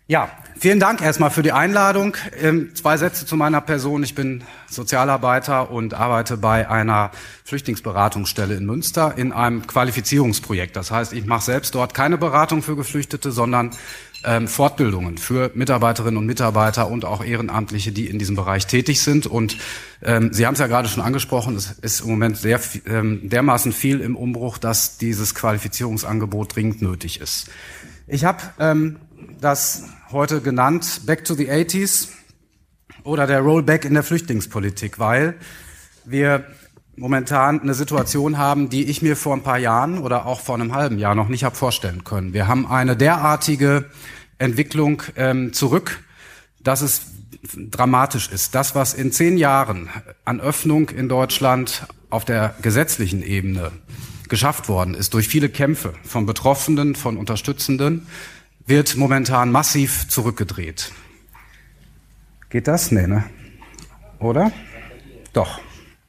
Ja, vielen Dank erstmal für die Einladung. 2 Sätze zu meiner Person. Ich bin Sozialarbeiter und arbeite bei einer Flüchtlingsberatungsstelle in Münster in einem Qualifizierungsprojekt. Das heißt, ich mache selbst dort keine Beratung für Geflüchtete, sondern Fortbildungen für Mitarbeiterinnen und Mitarbeiter und auch Ehrenamtliche, die in diesem Bereich tätig sind. Und Sie haben es ja gerade schon angesprochen, es ist im Moment dermaßen viel im Umbruch, dass dieses Qualifizierungsangebot dringend nötig ist. Ich habe das heute genannt Back to the 80s oder der Rollback in der Flüchtlingspolitik, weil wir momentan eine Situation haben, die ich mir vor ein paar Jahren oder auch vor einem halben Jahr noch nicht habe vorstellen können. Wir haben eine derartige Entwicklung zurück, dass es dramatisch ist. Das, was in 10 Jahren an Öffnung in Deutschland auf der gesetzlichen Ebene geschafft worden ist, durch viele Kämpfe von Betroffenen, von Unterstützenden, wird momentan massiv zurückgedreht. Geht das? Nee, ne? Oder? Doch.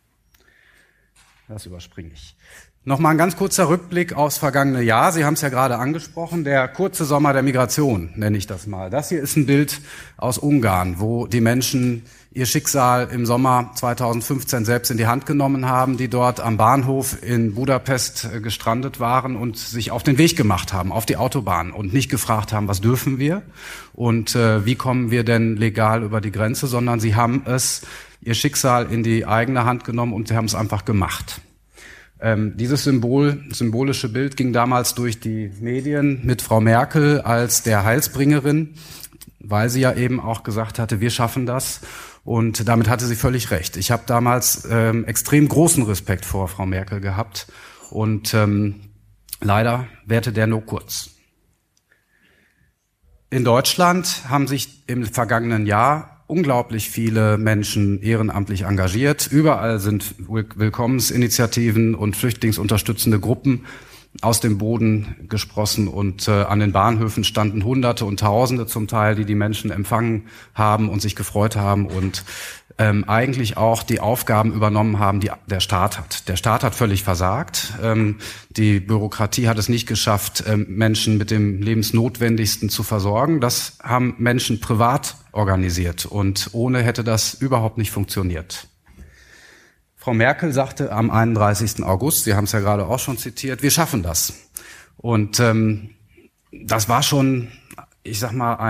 Das überspringe ich. Nochmal ein ganz kurzer Rückblick aufs vergangene Jahr. Sie haben es ja gerade angesprochen, der kurze Sommer der Migration, nenne ich das mal. Das hier ist ein Bild aus Ungarn, wo die Menschen ihr Schicksal im Sommer 2015 selbst in die Hand genommen haben, die dort am Bahnhof in Budapest gestrandet waren und sich auf den Weg gemacht haben, auf die Autobahn und nicht gefragt haben, was dürfen wir und wie kommen wir denn legal über die Grenze, sondern sie haben ihr Schicksal in die eigene Hand genommen und sie haben es einfach gemacht. Dieses symbolische Bild ging damals durch die Medien mit Frau Merkel als der Heilsbringerin, weil sie ja eben auch gesagt hatte, wir schaffen das. Und damit hatte sie völlig recht. Ich habe damals extrem großen Respekt vor Frau Merkel gehabt und leider währte der nur kurz. In Deutschland haben sich im vergangenen Jahr unglaublich viele Menschen ehrenamtlich engagiert. Überall sind Willkommensinitiativen und flüchtlingsunterstützende Gruppen aus dem Boden gesprossen und an den Bahnhöfen standen Hunderte und Tausende zum Teil, die Menschen empfangen haben und sich gefreut haben und eigentlich auch die Aufgaben übernommen haben, die der Staat hat. Der Staat hat völlig versagt. Die Bürokratie hat es nicht geschafft, Menschen mit dem Lebensnotwendigsten zu versorgen. Das haben Menschen privat organisiert und ohne hätte das überhaupt nicht funktioniert. Frau Merkel sagte am 31. August, Sie haben es ja gerade auch schon zitiert, wir schaffen das. Und das war schon, ich sag mal,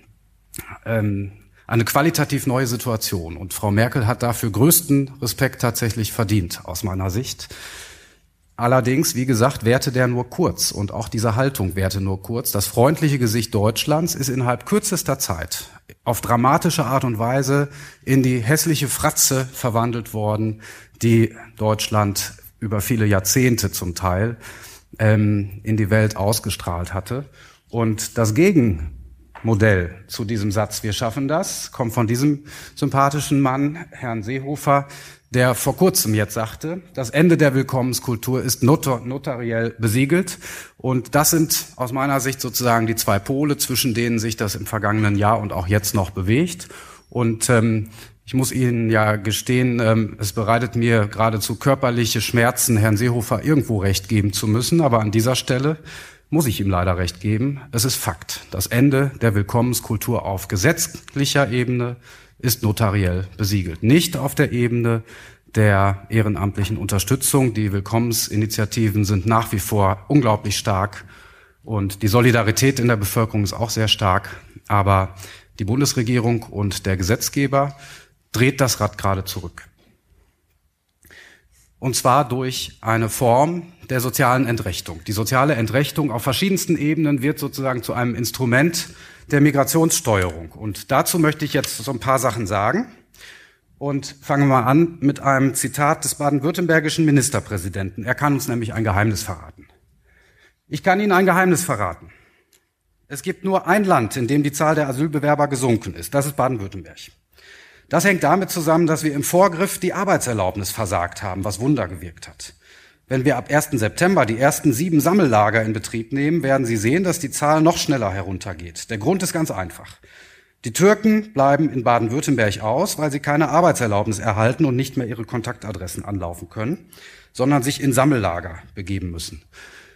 eine qualitativ neue Situation. Und Frau Merkel hat dafür größten Respekt tatsächlich verdient, aus meiner Sicht. Allerdings, wie gesagt, währte der nur kurz und auch diese Haltung währte nur kurz. Das freundliche Gesicht Deutschlands ist innerhalb kürzester Zeit auf dramatische Art und Weise in die hässliche Fratze verwandelt worden, die Deutschland über viele Jahrzehnte zum Teil in die Welt ausgestrahlt hatte. Und das Gegenmodell zu diesem Satz, wir schaffen das, kommt von diesem sympathischen Mann, Herrn Seehofer, der vor kurzem jetzt sagte, das Ende der Willkommenskultur ist notariell besiegelt. Und das sind aus meiner Sicht sozusagen die 2 Pole, zwischen denen sich das im vergangenen Jahr und auch jetzt noch bewegt. Und ich muss Ihnen ja gestehen, es bereitet mir geradezu körperliche Schmerzen, Herrn Seehofer irgendwo recht geben zu müssen. Aber an dieser Stelle muss ich ihm leider recht geben. Es ist Fakt. Das Ende der Willkommenskultur auf gesetzlicher Ebene ist notariell besiegelt. Nicht auf der Ebene der ehrenamtlichen Unterstützung. Die Willkommensinitiativen sind nach wie vor unglaublich stark und die Solidarität in der Bevölkerung ist auch sehr stark. Aber die Bundesregierung und der Gesetzgeber dreht das Rad gerade zurück. Und zwar durch eine Form der sozialen Entrechtung. Die soziale Entrechtung auf verschiedensten Ebenen wird sozusagen zu einem Instrument der Migrationssteuerung. Und dazu möchte ich jetzt so ein paar Sachen sagen. Und fangen wir mal an mit einem Zitat des baden-württembergischen Ministerpräsidenten. Er kann uns nämlich ein Geheimnis verraten. Ich kann Ihnen ein Geheimnis verraten. Es gibt nur ein Land, in dem die Zahl der Asylbewerber gesunken ist. Das ist Baden-Württemberg. Das hängt damit zusammen, dass wir im Vorgriff die Arbeitserlaubnis versagt haben, was Wunder gewirkt hat. Wenn wir ab 1. September die ersten 7 Sammellager in Betrieb nehmen, werden Sie sehen, dass die Zahl noch schneller heruntergeht. Der Grund ist ganz einfach. Die Türken bleiben in Baden-Württemberg aus, weil sie keine Arbeitserlaubnis erhalten und nicht mehr ihre Kontaktadressen anlaufen können, sondern sich in Sammellager begeben müssen.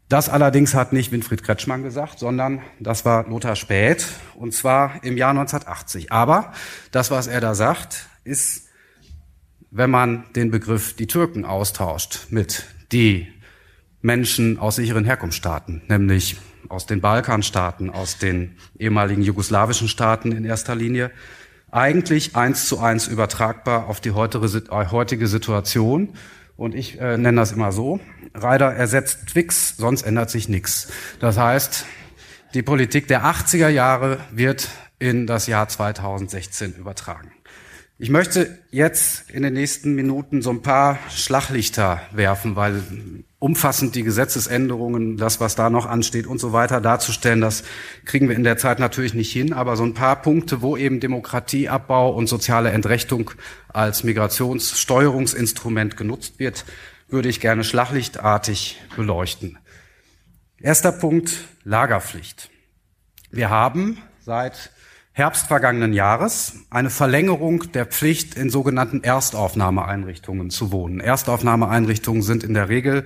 Das allerdings hat nicht Winfried Kretschmann gesagt, sondern das war Lothar Späth, und zwar im Jahr 1980. Aber das, was er da sagt, ist, wenn man den Begriff die Türken austauscht mit die Menschen aus sicheren Herkunftsstaaten, nämlich aus den Balkanstaaten, aus den ehemaligen jugoslawischen Staaten in erster Linie, eigentlich 1:1 übertragbar auf die heutige Situation. Und ich nenne das immer so: Reiter ersetzt Twix, sonst ändert sich nichts. Das heißt, die Politik der 80er Jahre wird in das Jahr 2016 übertragen. Ich möchte jetzt in den nächsten Minuten so ein paar Schlaglichter werfen, weil umfassend die Gesetzesänderungen, das, was da noch ansteht und so weiter darzustellen, das kriegen wir in der Zeit natürlich nicht hin. Aber so ein paar Punkte, wo eben Demokratieabbau und soziale Entrechtung als Migrationssteuerungsinstrument genutzt wird, würde ich gerne schlaglichtartig beleuchten. Erster Punkt: Lagerpflicht. Wir haben seit Herbst vergangenen Jahres eine Verlängerung der Pflicht, in sogenannten Erstaufnahmeeinrichtungen zu wohnen. Erstaufnahmeeinrichtungen sind in der Regel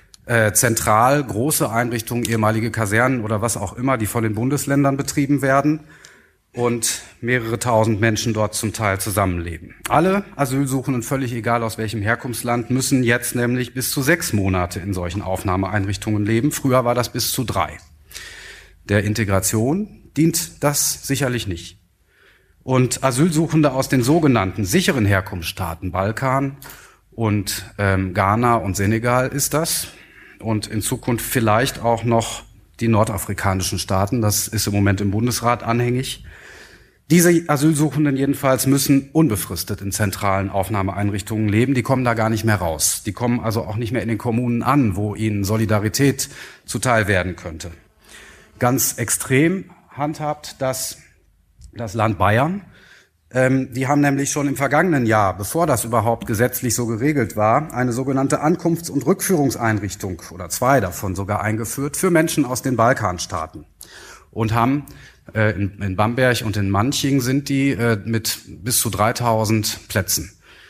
zentral große Einrichtungen, ehemalige Kasernen oder was auch immer, die von den Bundesländern betrieben werden und mehrere tausend Menschen dort zum Teil zusammenleben. Alle Asylsuchenden, völlig egal aus welchem Herkunftsland, müssen jetzt nämlich bis zu 6 Monate in solchen Aufnahmeeinrichtungen leben. Früher war das bis zu 3. Der Integration dient das sicherlich nicht. Und Asylsuchende aus den sogenannten sicheren Herkunftsstaaten, Balkan und Ghana und Senegal ist das, und in Zukunft vielleicht auch noch die nordafrikanischen Staaten, das ist im Moment im Bundesrat anhängig. Diese Asylsuchenden jedenfalls müssen unbefristet in zentralen Aufnahmeeinrichtungen leben, die kommen da gar nicht mehr raus. Die kommen also auch nicht mehr in den Kommunen an, wo ihnen Solidarität zuteil werden könnte. Ganz extrem handhabt das Land Bayern. Die haben nämlich schon im vergangenen Jahr, bevor das überhaupt gesetzlich so geregelt war, eine sogenannte Ankunfts- und Rückführungseinrichtung oder 2 davon sogar eingeführt für Menschen aus den Balkanstaaten und haben in Bamberg und in Manching sind die mit bis zu 3000 Plätzen.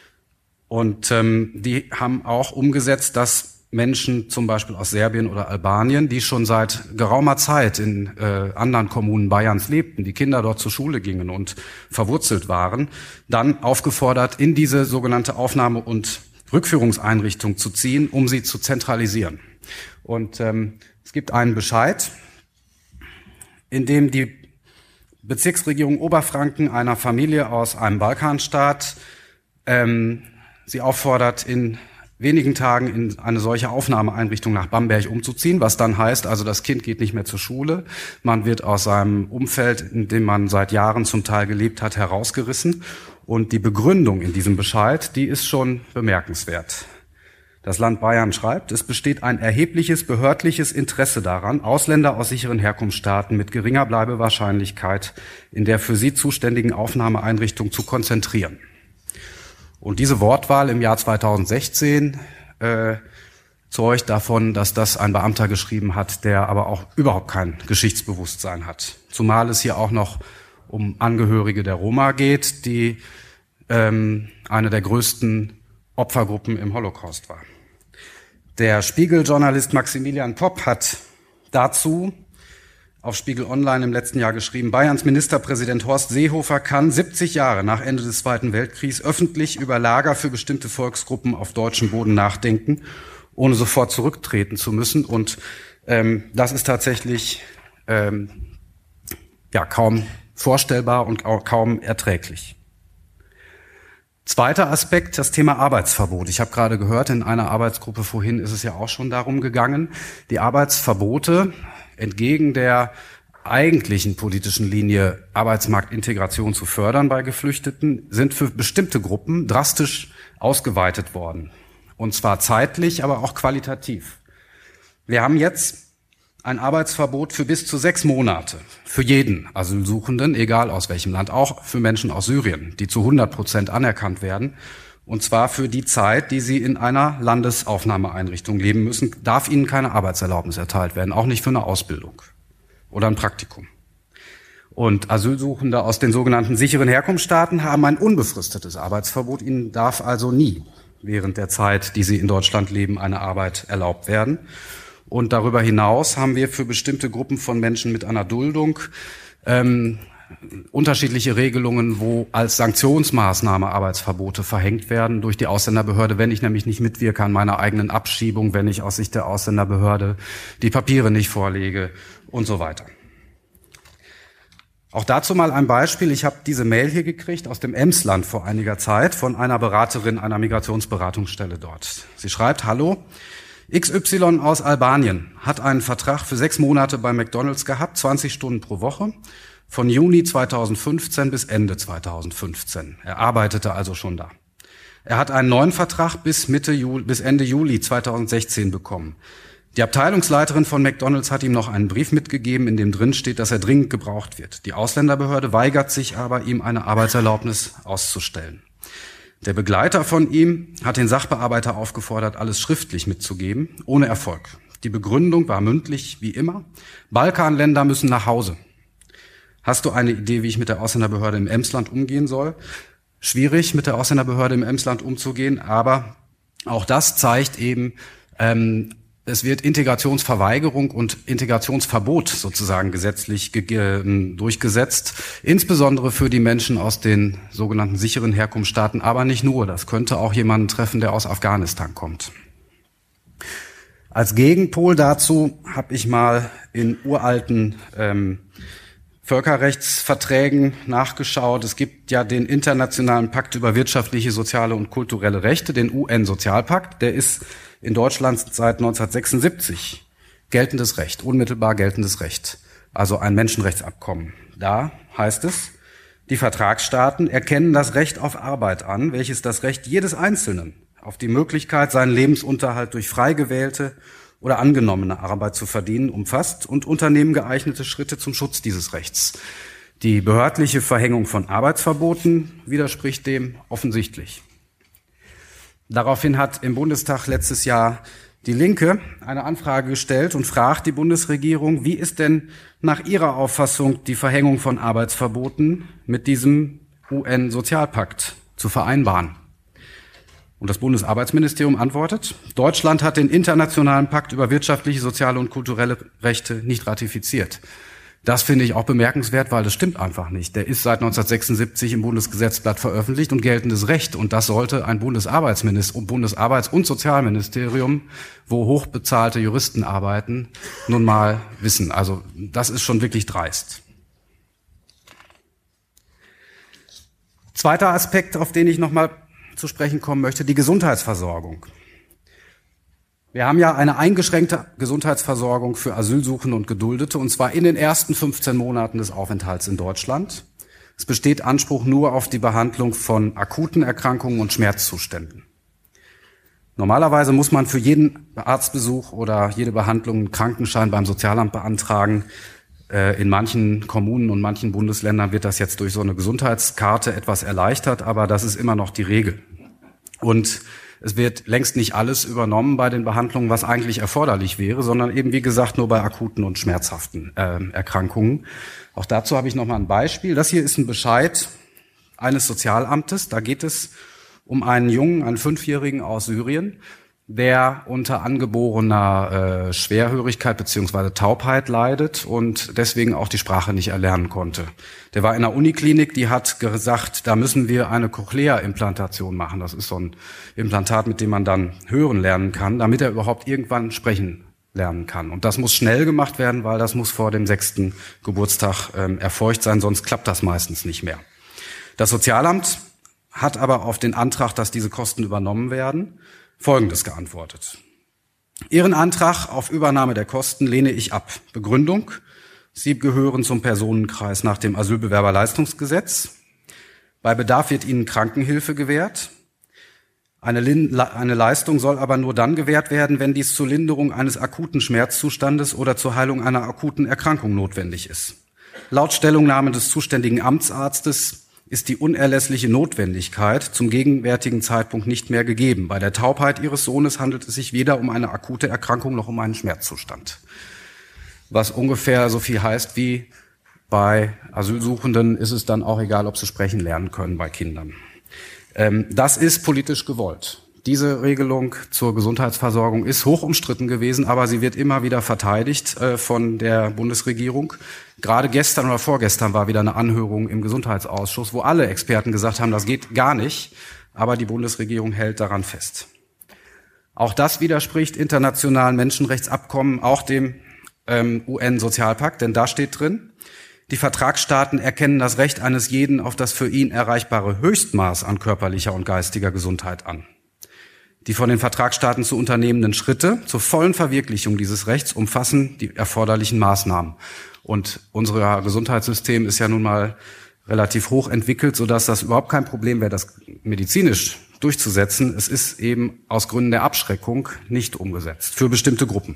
Und die haben auch umgesetzt, dass Menschen zum Beispiel aus Serbien oder Albanien, die schon seit geraumer Zeit in anderen Kommunen Bayerns lebten, die Kinder dort zur Schule gingen und verwurzelt waren, dann aufgefordert, in diese sogenannte Aufnahme- und Rückführungseinrichtung zu ziehen, um sie zu zentralisieren. Und es gibt einen Bescheid, in dem die Bezirksregierung Oberfranken einer Familie aus einem Balkanstaat sie auffordert, in wenigen Tagen in eine solche Aufnahmeeinrichtung nach Bamberg umzuziehen, was dann heißt, also das Kind geht nicht mehr zur Schule, man wird aus seinem Umfeld, in dem man seit Jahren zum Teil gelebt hat, herausgerissen. Und die Begründung in diesem Bescheid, die ist schon bemerkenswert. Das Land Bayern schreibt: Es besteht ein erhebliches behördliches Interesse daran, Ausländer aus sicheren Herkunftsstaaten mit geringer Bleibewahrscheinlichkeit in der für sie zuständigen Aufnahmeeinrichtung zu konzentrieren. Und diese Wortwahl im Jahr 2016 zeugt davon, dass das ein Beamter geschrieben hat, der aber auch überhaupt kein Geschichtsbewusstsein hat. Zumal es hier auch noch um Angehörige der Roma geht, die eine der größten Opfergruppen im Holocaust war. Der Spiegel-Journalist Maximilian Popp hat dazu auf Spiegel Online im letzten Jahr geschrieben: Bayerns Ministerpräsident Horst Seehofer kann 70 Jahre nach Ende des Zweiten Weltkriegs öffentlich über Lager für bestimmte Volksgruppen auf deutschem Boden nachdenken, ohne sofort zurücktreten zu müssen. Und das ist tatsächlich kaum vorstellbar und auch kaum erträglich. Zweiter Aspekt, das Thema Arbeitsverbot. Ich habe gerade gehört, in einer Arbeitsgruppe vorhin ist es ja auch schon darum gegangen, die Arbeitsverbote entgegen der eigentlichen politischen Linie, Arbeitsmarktintegration zu fördern bei Geflüchteten, sind für bestimmte Gruppen drastisch ausgeweitet worden. Und zwar zeitlich, aber auch qualitativ. Wir haben jetzt ein Arbeitsverbot für bis zu 6 Monate für jeden Asylsuchenden, egal aus welchem Land, auch für Menschen aus Syrien, die zu 100% anerkannt werden. Und zwar für die Zeit, die sie in einer Landesaufnahmeeinrichtung leben müssen, darf ihnen keine Arbeitserlaubnis erteilt werden, auch nicht für eine Ausbildung oder ein Praktikum. Und Asylsuchende aus den sogenannten sicheren Herkunftsstaaten haben ein unbefristetes Arbeitsverbot. Ihnen darf also nie während der Zeit, die sie in Deutschland leben, eine Arbeit erlaubt werden. Und darüber hinaus haben wir für bestimmte Gruppen von Menschen mit einer Duldung unterschiedliche Regelungen, wo als Sanktionsmaßnahme Arbeitsverbote verhängt werden durch die Ausländerbehörde, wenn ich nämlich nicht mitwirke an meiner eigenen Abschiebung, wenn ich aus Sicht der Ausländerbehörde die Papiere nicht vorlege und so weiter. Auch dazu mal ein Beispiel. Ich habe diese Mail hier gekriegt aus dem Emsland vor einiger Zeit von einer Beraterin einer Migrationsberatungsstelle dort. Sie schreibt: Hallo, XY aus Albanien hat einen Vertrag für 6 Monate bei McDonald's gehabt, 20 Stunden pro Woche, von Juni 2015 bis Ende 2015. Er arbeitete also schon da. Er hat einen neuen Vertrag bis Ende Juli 2016 bekommen. Die Abteilungsleiterin von McDonald's hat ihm noch einen Brief mitgegeben, in dem drin steht, dass er dringend gebraucht wird. Die Ausländerbehörde weigert sich aber, ihm eine Arbeitserlaubnis auszustellen. Der Begleiter von ihm hat den Sachbearbeiter aufgefordert, alles schriftlich mitzugeben, ohne Erfolg. Die Begründung war mündlich wie immer: Balkanländer müssen nach Hause. Hast du eine Idee, wie ich mit der Ausländerbehörde im Emsland umgehen soll? Schwierig, mit der Ausländerbehörde im Emsland umzugehen, aber auch das zeigt eben, es wird Integrationsverweigerung und Integrationsverbot sozusagen gesetzlich durchgesetzt, insbesondere für die Menschen aus den sogenannten sicheren Herkunftsstaaten, aber nicht nur. Das könnte auch jemanden treffen, der aus Afghanistan kommt. Als Gegenpol dazu habe ich mal in uralten Völkerrechtsverträgen nachgeschaut. Es gibt ja den Internationalen Pakt über wirtschaftliche, soziale und kulturelle Rechte, den UN-Sozialpakt. Der ist in Deutschland seit 1976 geltendes Recht, unmittelbar geltendes Recht, also ein Menschenrechtsabkommen. Da heißt es, die Vertragsstaaten erkennen das Recht auf Arbeit an, welches das Recht jedes Einzelnen auf die Möglichkeit, seinen Lebensunterhalt durch frei gewählte oder angenommene Arbeit zu verdienen umfasst und unternehmen geeignete Schritte zum Schutz dieses Rechts. Die behördliche Verhängung von Arbeitsverboten widerspricht dem offensichtlich. Daraufhin hat im Bundestag letztes Jahr die Linke eine Anfrage gestellt und fragt die Bundesregierung, wie ist denn nach ihrer Auffassung die Verhängung von Arbeitsverboten mit diesem UN-Sozialpakt zu vereinbaren? Und das Bundesarbeitsministerium antwortet: Deutschland hat den Internationalen Pakt über wirtschaftliche, soziale und kulturelle Rechte nicht ratifiziert. Das finde ich auch bemerkenswert, weil das stimmt einfach nicht. Der ist seit 1976 im Bundesgesetzblatt veröffentlicht und geltendes Recht. Und das sollte ein Bundesarbeits- und Sozialministerium, wo hochbezahlte Juristen arbeiten, nun mal wissen. Also das ist schon wirklich dreist. Zweiter Aspekt, auf den ich noch mal zu sprechen kommen möchte: die Gesundheitsversorgung. Wir haben ja eine eingeschränkte Gesundheitsversorgung für Asylsuchende und Geduldete, und zwar in den ersten 15 Monaten des Aufenthalts in Deutschland. Es besteht Anspruch nur auf die Behandlung von akuten Erkrankungen und Schmerzzuständen. Normalerweise muss man für jeden Arztbesuch oder jede Behandlung einen Krankenschein beim Sozialamt beantragen. In manchen Kommunen und manchen Bundesländern wird das jetzt durch so eine Gesundheitskarte etwas erleichtert, aber das ist immer noch die Regel. Und es wird längst nicht alles übernommen bei den Behandlungen, was eigentlich erforderlich wäre, sondern eben, wie gesagt, nur bei akuten und schmerzhaften Erkrankungen. Auch dazu habe ich noch mal ein Beispiel. Das hier ist ein Bescheid eines Sozialamtes. Da geht es um einen Jungen, einen 5-Jährigen aus Syrien, der unter angeborener Schwerhörigkeit bzw. Taubheit leidet und deswegen auch die Sprache nicht erlernen konnte. Der war in einer Uniklinik, die hat gesagt, da müssen wir eine Cochlea-Implantation machen. Das ist so ein Implantat, mit dem man dann hören lernen kann, damit er überhaupt irgendwann sprechen lernen kann. Und das muss schnell gemacht werden, weil das muss vor dem 6. Geburtstag erfolgt sein, sonst klappt das meistens nicht mehr. Das Sozialamt hat aber auf den Antrag, dass diese Kosten übernommen werden, Folgendes geantwortet: Ihren Antrag auf Übernahme der Kosten lehne ich ab. Begründung: Sie gehören zum Personenkreis nach dem Asylbewerberleistungsgesetz. Bei Bedarf wird Ihnen Krankenhilfe gewährt. Eine Leistung soll aber nur dann gewährt werden, wenn dies zur Linderung eines akuten Schmerzzustandes oder zur Heilung einer akuten Erkrankung notwendig ist. Laut Stellungnahme des zuständigen Amtsarztes ist die unerlässliche Notwendigkeit zum gegenwärtigen Zeitpunkt nicht mehr gegeben. Bei der Taubheit Ihres Sohnes handelt es sich weder um eine akute Erkrankung noch um einen Schmerzzustand. Was ungefähr so viel heißt wie: bei Asylsuchenden ist es dann auch egal, ob sie sprechen lernen können bei Kindern. Das ist politisch gewollt. Diese Regelung zur Gesundheitsversorgung ist hoch umstritten gewesen, aber sie wird immer wieder verteidigt von der Bundesregierung. Gerade gestern oder vorgestern war wieder eine Anhörung im Gesundheitsausschuss, wo alle Experten gesagt haben, das geht gar nicht, aber die Bundesregierung hält daran fest. Auch das widerspricht internationalen Menschenrechtsabkommen, auch dem UN-Sozialpakt, denn da steht drin, die Vertragsstaaten erkennen das Recht eines jeden auf das für ihn erreichbare Höchstmaß an körperlicher und geistiger Gesundheit an. Die von den Vertragsstaaten zu unternehmenden Schritte zur vollen Verwirklichung dieses Rechts umfassen die erforderlichen Maßnahmen. Und unser Gesundheitssystem ist ja nun mal relativ hoch entwickelt, sodass das überhaupt kein Problem wäre, das medizinisch durchzusetzen. Es ist eben aus Gründen der Abschreckung nicht umgesetzt für bestimmte Gruppen.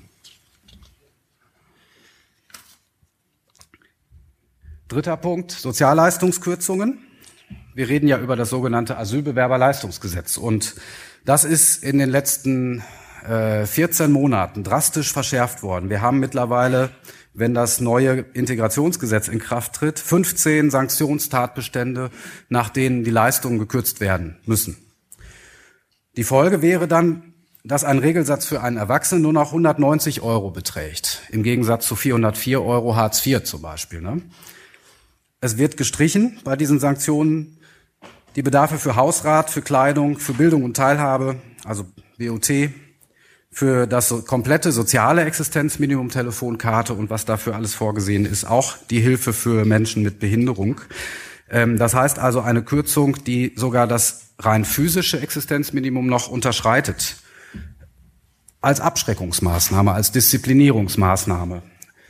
Dritter Punkt, Sozialleistungskürzungen. Wir reden ja über das sogenannte Asylbewerberleistungsgesetz und das ist in den letzten 14 Monaten drastisch verschärft worden. Wir haben mittlerweile, wenn das neue Integrationsgesetz in Kraft tritt, 15 Sanktionstatbestände, nach denen die Leistungen gekürzt werden müssen. Die Folge wäre dann, dass ein Regelsatz für einen Erwachsenen nur noch 190 € beträgt, im Gegensatz zu 404 € Hartz IV zum Beispiel. Ne? Es wird gestrichen bei diesen Sanktionen. Die Bedarfe für Hausrat, für Kleidung, für Bildung und Teilhabe, also BOT, für das komplette soziale Existenzminimum, Telefonkarte und was dafür alles vorgesehen ist, auch die Hilfe für Menschen mit Behinderung. Das heißt also eine Kürzung, die sogar das rein physische Existenzminimum noch unterschreitet. Als Abschreckungsmaßnahme, als Disziplinierungsmaßnahme.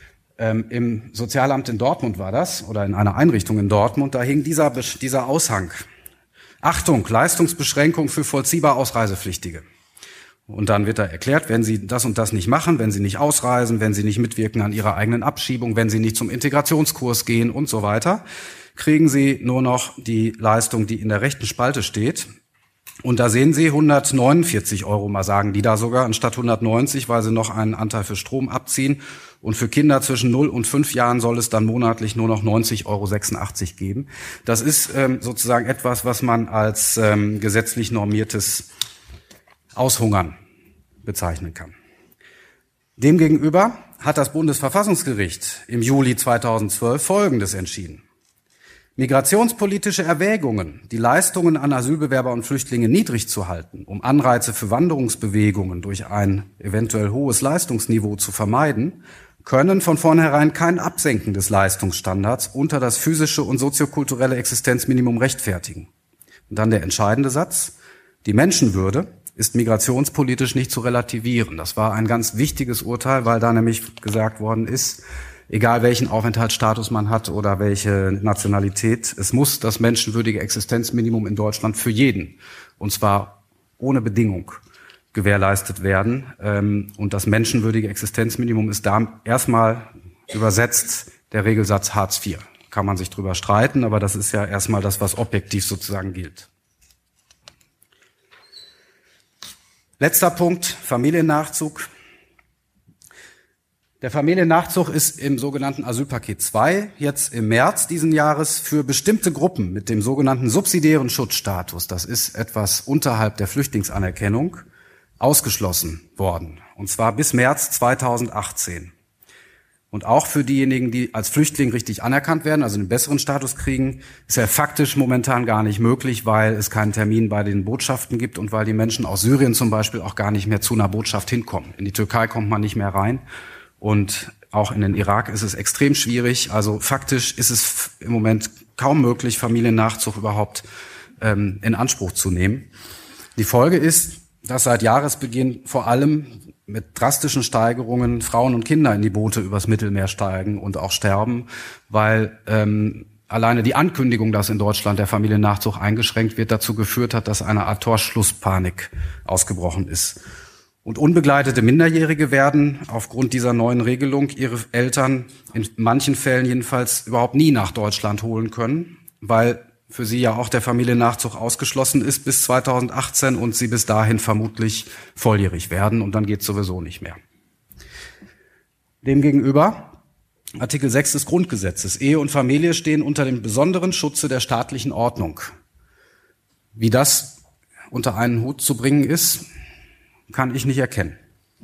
Im Sozialamt in Dortmund war das, oder in einer Einrichtung in Dortmund, da hing dieser Aushang. Achtung, Leistungsbeschränkung für vollziehbar Ausreisepflichtige. Und dann wird da erklärt, wenn Sie das und das nicht machen, wenn Sie nicht ausreisen, wenn Sie nicht mitwirken an Ihrer eigenen Abschiebung, wenn Sie nicht zum Integrationskurs gehen und so weiter, kriegen Sie nur noch die Leistung, die in der rechten Spalte steht. Und da sehen Sie 149 € mal sagen die da sogar, anstatt 190, weil sie noch einen Anteil für Strom abziehen. Und für Kinder zwischen 0 und 5 Jahren soll es dann monatlich nur noch 90,86 € geben. Das ist sozusagen etwas, was man als gesetzlich normiertes Aushungern bezeichnen kann. Demgegenüber hat das Bundesverfassungsgericht im Juli 2012 Folgendes entschieden. Migrationspolitische Erwägungen, die Leistungen an Asylbewerber und Flüchtlinge niedrig zu halten, um Anreize für Wanderungsbewegungen durch ein eventuell hohes Leistungsniveau zu vermeiden, können von vornherein kein Absenken des Leistungsstandards unter das physische und soziokulturelle Existenzminimum rechtfertigen. Und dann der entscheidende Satz: Die Menschenwürde ist migrationspolitisch nicht zu relativieren. Das war ein ganz wichtiges Urteil, weil da nämlich gesagt worden ist, egal welchen Aufenthaltsstatus man hat oder welche Nationalität, es muss das menschenwürdige Existenzminimum in Deutschland für jeden, und zwar ohne Bedingung, gewährleistet werden. Und das menschenwürdige Existenzminimum ist da erstmal übersetzt der Regelsatz Hartz IV. Kann man sich drüber streiten, aber das ist ja erstmal das, was objektiv sozusagen gilt. Letzter Punkt, Familiennachzug. Der Familiennachzug ist im sogenannten Asylpaket 2 jetzt im März diesen Jahres für bestimmte Gruppen mit dem sogenannten subsidiären Schutzstatus, das ist etwas unterhalb der Flüchtlingsanerkennung, ausgeschlossen worden. Und zwar bis März 2018. Und auch für diejenigen, die als Flüchtling richtig anerkannt werden, also einen besseren Status kriegen, ist er faktisch momentan gar nicht möglich, weil es keinen Termin bei den Botschaften gibt und weil die Menschen aus Syrien zum Beispiel auch gar nicht mehr zu einer Botschaft hinkommen. In die Türkei kommt man nicht mehr rein. Und auch in den Irak ist es extrem schwierig. Also faktisch ist es im Moment kaum möglich, Familiennachzug überhaupt in Anspruch zu nehmen. Die Folge ist, dass seit Jahresbeginn vor allem mit drastischen Steigerungen Frauen und Kinder in die Boote übers Mittelmeer steigen und auch sterben, weil alleine die Ankündigung, dass in Deutschland der Familiennachzug eingeschränkt wird, dazu geführt hat, dass eine Art Torschlusspanik ausgebrochen ist. Und unbegleitete Minderjährige werden aufgrund dieser neuen Regelung ihre Eltern in manchen Fällen jedenfalls überhaupt nie nach Deutschland holen können, weil für sie ja auch der Familiennachzug ausgeschlossen ist bis 2018 und sie bis dahin vermutlich volljährig werden und dann geht's sowieso nicht mehr. Demgegenüber Artikel 6 des Grundgesetzes. Ehe und Familie stehen unter dem besonderen Schutze der staatlichen Ordnung. Wie das unter einen Hut zu bringen ist, kann ich nicht erkennen.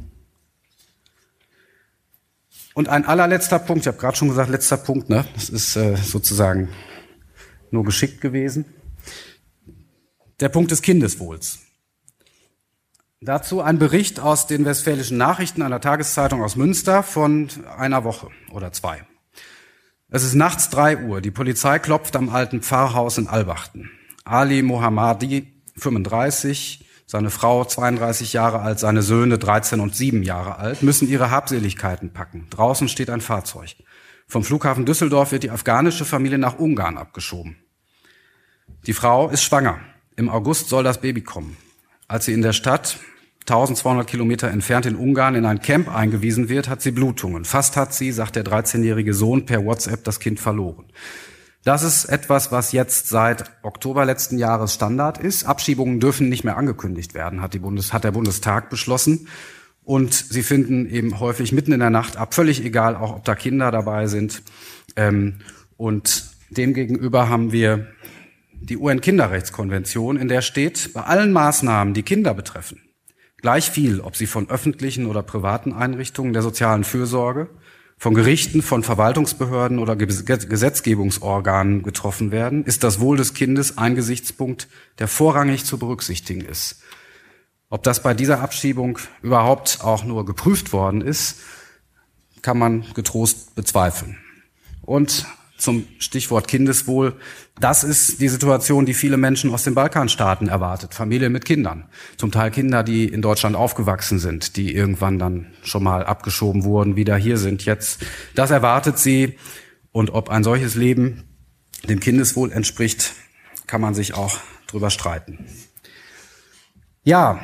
Und ein allerletzter Punkt, ich habe gerade schon gesagt, letzter Punkt, ne? Das ist sozusagen nur geschickt gewesen. Der Punkt des Kindeswohls. Dazu ein Bericht aus den Westfälischen Nachrichten einer Tageszeitung aus Münster von einer Woche oder 2. Es ist nachts 3 Uhr. Die Polizei klopft am alten Pfarrhaus in Albachten. Ali Mohammadi, 35, seine Frau 32 Jahre alt, seine Söhne 13 und 7 Jahre alt, müssen ihre Habseligkeiten packen. Draußen steht ein Fahrzeug. Vom Flughafen Düsseldorf wird die afghanische Familie nach Ungarn abgeschoben. Die Frau ist schwanger. Im August soll das Baby kommen. Als sie in der Stadt 1200 Kilometer entfernt in Ungarn in ein Camp eingewiesen wird, hat sie Blutungen. Fast hat sie, sagt der 13-jährige Sohn, per WhatsApp das Kind verloren. Das ist etwas, was jetzt seit Oktober letzten Jahres Standard ist. Abschiebungen dürfen nicht mehr angekündigt werden, hat der Bundestag beschlossen. Und sie finden eben häufig mitten in der Nacht ab, völlig egal, auch ob da Kinder dabei sind. Und demgegenüber haben wir die UN-Kinderrechtskonvention, in der steht, bei allen Maßnahmen, die Kinder betreffen, gleich viel, ob sie von öffentlichen oder privaten Einrichtungen der sozialen Fürsorge, von Gerichten, von Verwaltungsbehörden oder Gesetzgebungsorganen getroffen werden, ist das Wohl des Kindes ein Gesichtspunkt, der vorrangig zu berücksichtigen ist. Ob das bei dieser Abschiebung überhaupt auch nur geprüft worden ist, kann man getrost bezweifeln. Und zum Stichwort Kindeswohl. Das ist die Situation, die viele Menschen aus den Balkanstaaten erwartet. Familien mit Kindern. Zum Teil Kinder, die in Deutschland aufgewachsen sind, die irgendwann dann schon mal abgeschoben wurden, wieder hier sind jetzt. Das erwartet sie. Und ob ein solches Leben dem Kindeswohl entspricht, kann man sich auch drüber streiten. Ja,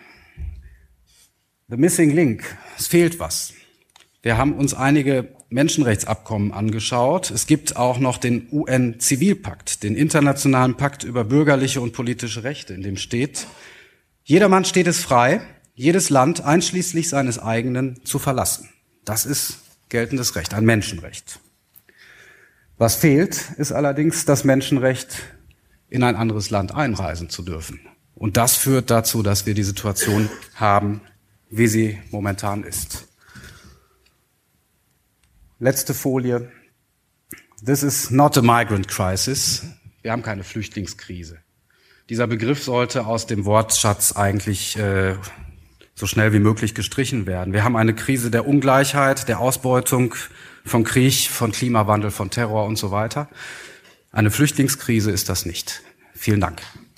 the missing link. Es fehlt was. Wir haben uns einige Menschenrechtsabkommen angeschaut. Es gibt auch noch den UN-Zivilpakt, den Internationalen Pakt über bürgerliche und politische Rechte, in dem steht, jedermann steht es frei, jedes Land einschließlich seines eigenen zu verlassen. Das ist geltendes Recht, ein Menschenrecht. Was fehlt, ist allerdings das Menschenrecht, in ein anderes Land einreisen zu dürfen. Und das führt dazu, dass wir die Situation haben, wie sie momentan ist. Letzte Folie. This is not a migrant crisis. Wir haben keine Flüchtlingskrise. Dieser Begriff sollte aus dem Wortschatz eigentlich so schnell wie möglich gestrichen werden. Wir haben eine Krise der Ungleichheit, der Ausbeutung, von Krieg, von Klimawandel, von Terror und so weiter. Eine Flüchtlingskrise ist das nicht. Vielen Dank.